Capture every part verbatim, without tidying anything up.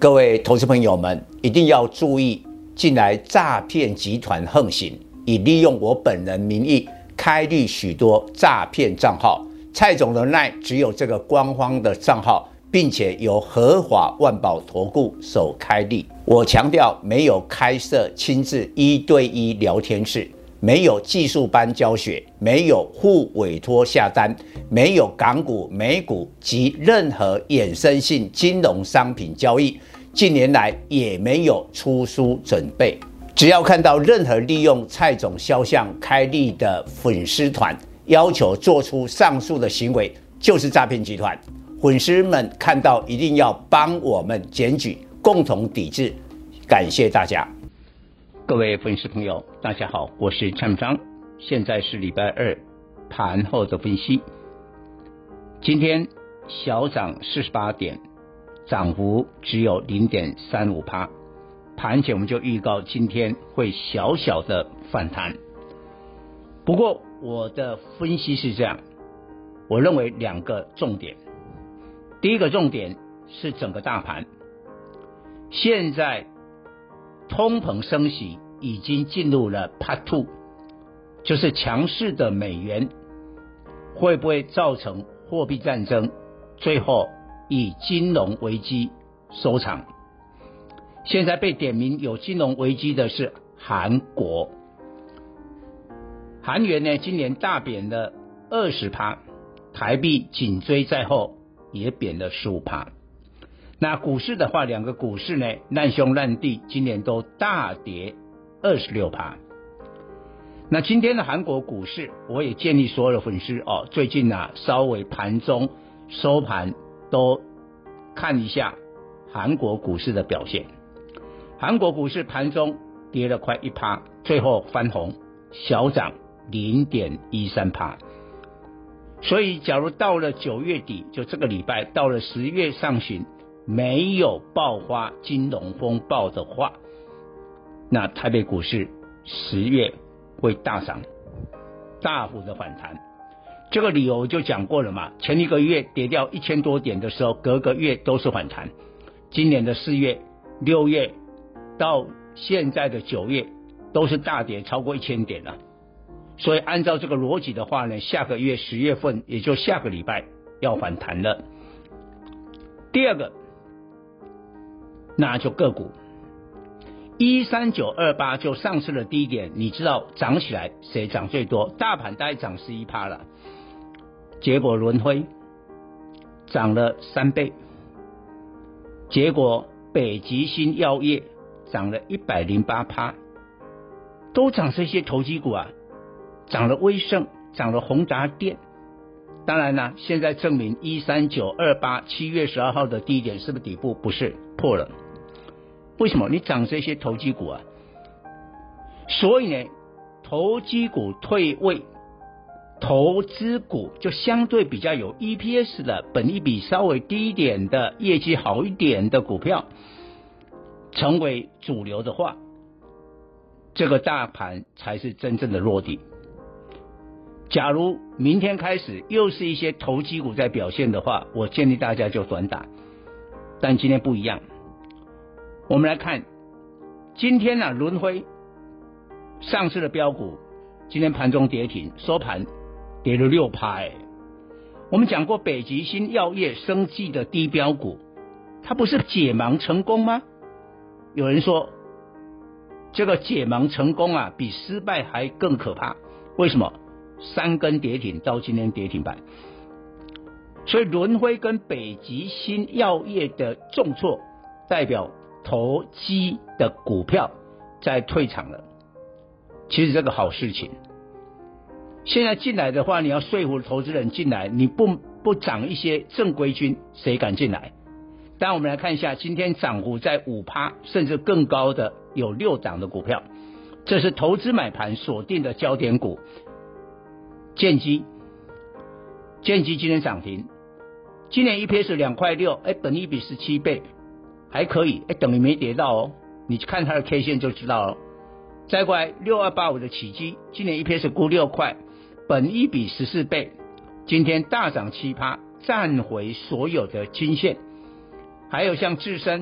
各位投资朋友们一定要注意，近来诈骗集团横行，以利用我本人名义开立许多诈骗账号。蔡总的 LINE 只有这个官方的账号，并且由合法万宝投顾所开立。我强调，没有开设亲自一对一聊天室，没有技术班教学，没有互委托下单，没有港股、美股及任何衍生性金融商品交易。近年来也没有出书准备。只要看到任何利用蔡总肖像开立的粉丝团，要求做出上述的行为，就是诈骗集团。粉丝们看到一定要帮我们检举，共同抵制。感谢大家。 各位粉丝朋友，大家好，我是蔡明彰，现在是礼拜二盘后的分析。今天小涨四十八点，涨幅只有 零点三五%。盘前我们就预告今天会小小的反弹。不过我的分析是这样，我认为两个重点。第一个重点是整个大盘，现在通膨升息已经进入了 Part 二， 就是强势的美元会不会造成货币战争，最后以金融危机收场。现在被点名有金融危机的是韩国，韩元呢今年大贬了 百分之二十， 台币紧追在后也贬了 百分之十五。 那股市的话，两个股市呢难兄难弟，今年都大跌 百分之二十六。 那今天的韩国股市，我也建议所有的粉丝哦，最近啊稍微盘中收盘都看一下韩国股市的表现。韩国股市盘中跌了快 百分之一， 最后翻红，小涨 零点一三%。所以假如到了九月底，就这个礼拜到了十月上旬，没有爆发金融风暴的话，那台北股市十月会大涨，大幅的反弹。这个理由就讲过了嘛，前一个月跌掉一千多点的时候，隔个月都是反弹。今年的四月、六月到现在的九月都是大跌超过一千点了。所以按照这个逻辑的话呢，下个月十月份，也就下个礼拜要反弹了。第二个，那就个股一三九二八就上次的低点，你知道涨起来谁涨最多？大盘大概涨 百分之十一 了，结果轮辉涨了三倍，结果北极星药业涨了 一百零八%， 都涨这些投机股啊，涨了威盛，涨了宏达电。当然啦，现在证明一三九二八七月十二号的低点是不是底部？不是，破了。为什么？你涨这些投机股啊，所以呢，投机股退位，投资股就相对比较有 E P S 的，本益比稍微低一点的，业绩好一点的股票成为主流的话，这个大盘才是真正的落地。假如明天开始又是一些投机股在表现的话，我建议大家就短打。但今天不一样，我们来看今天呢、啊，轮辉上市的标股今天盘中跌停，收盘跌了 百分之六、欸、我们讲过北极星药业生技的低标股，它不是解盲成功吗？有人说这个解盲成功啊，比失败还更可怕。为什么？三根跌停到今天跌停板。所以轮辉跟北极星药业的重挫，代表投机的股票在退场了。其实这个好事情，现在进来的话，你要说服投资人进来，你不不涨一些正规军，谁敢进来？当然我们来看一下，今天涨幅在 百分之五 甚至更高的有六档的股票，这是投资买盘锁定的焦点股。建基，建基今天涨停，今年 E P S 两块六，哎，本益比十七倍，还可以，哎，等于没跌到哦。你看它的 K 线就知道了。再过来六二八五的启基，今年 E P S 估六块，本益比十四倍，今天大涨 百分之七， 站回所有的均线。还有像智深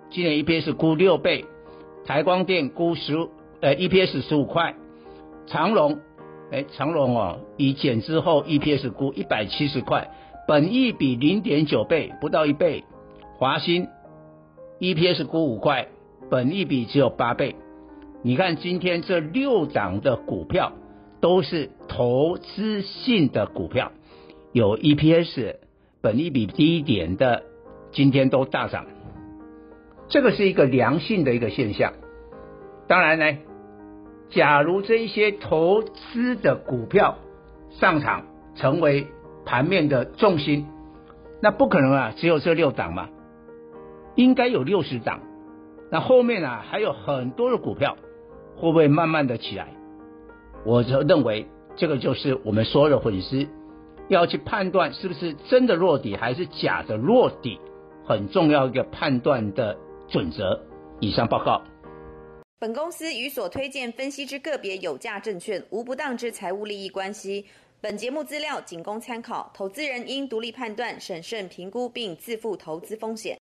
今年 E P S 估六倍，台光电估十呃 E P S 十五块，长荣哎长荣哦，以减之后 E P S 估一百七十块，本益比 零点九倍，不到一倍。华新 E P S 估五块，本益比只有八倍。你看今天这六档的股票都是投资性的股票，有 E P S 本益比低一点的今天都大涨，这个是一个良性的一个现象。当然呢，假如这一些投资的股票上场成为盘面的重心，那不可能啊只有这六档嘛，应该有六十档，那后面啊还有很多的股票，会不会慢慢的起来？我就认为这个就是我们所有的粉丝要去判断是不是真的落底还是假的落底，很重要一个判断的准则。以上报告。 本公司与所推荐分析之个别有价证券无不当之财务利益关系。本节目资料仅供参考，投资人应独立判断、审慎评估并自负投资风险。